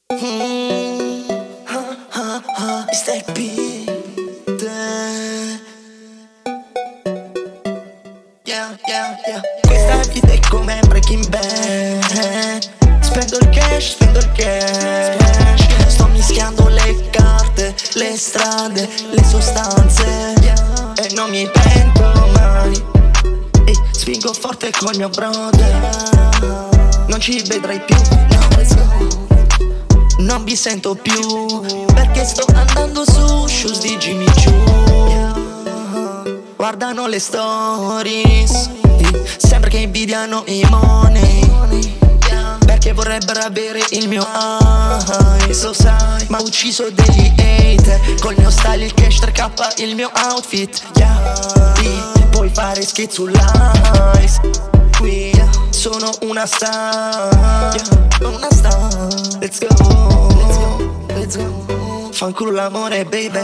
Stack beat. Yeah. Questa vita è come Breaking Bad. Spendo il cash. Sto mischiando le carte, le strade, le sostanze, e non mi pento mai. Spingo forte col mio brother. Non ci vedrai più, no, let's go. Non mi sento più, perché sto andando su shoes di Jimmy Choo. Guardano le stories, sembra che invidiano i money, perché vorrebbero avere il mio eyes, lo sai. Ma ho ucciso degli hater col mio style, il cash 3K, il mio outfit, puoi fare skit sull'ice. Qui sono una star, let's go. Fanculo l'amore, baby.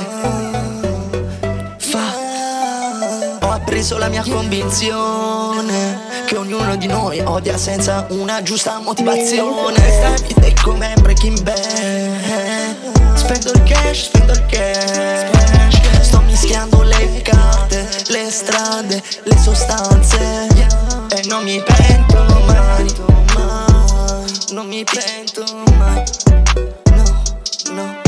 Ho appreso la mia convinzione che ognuno di noi odia senza una giusta motivazione. Questa vita è come Breaking Bad. Spendo il cash. Sto mischiando le carte, le strade, le sostanze, e non mi pento mai. Non mi pento mai. No.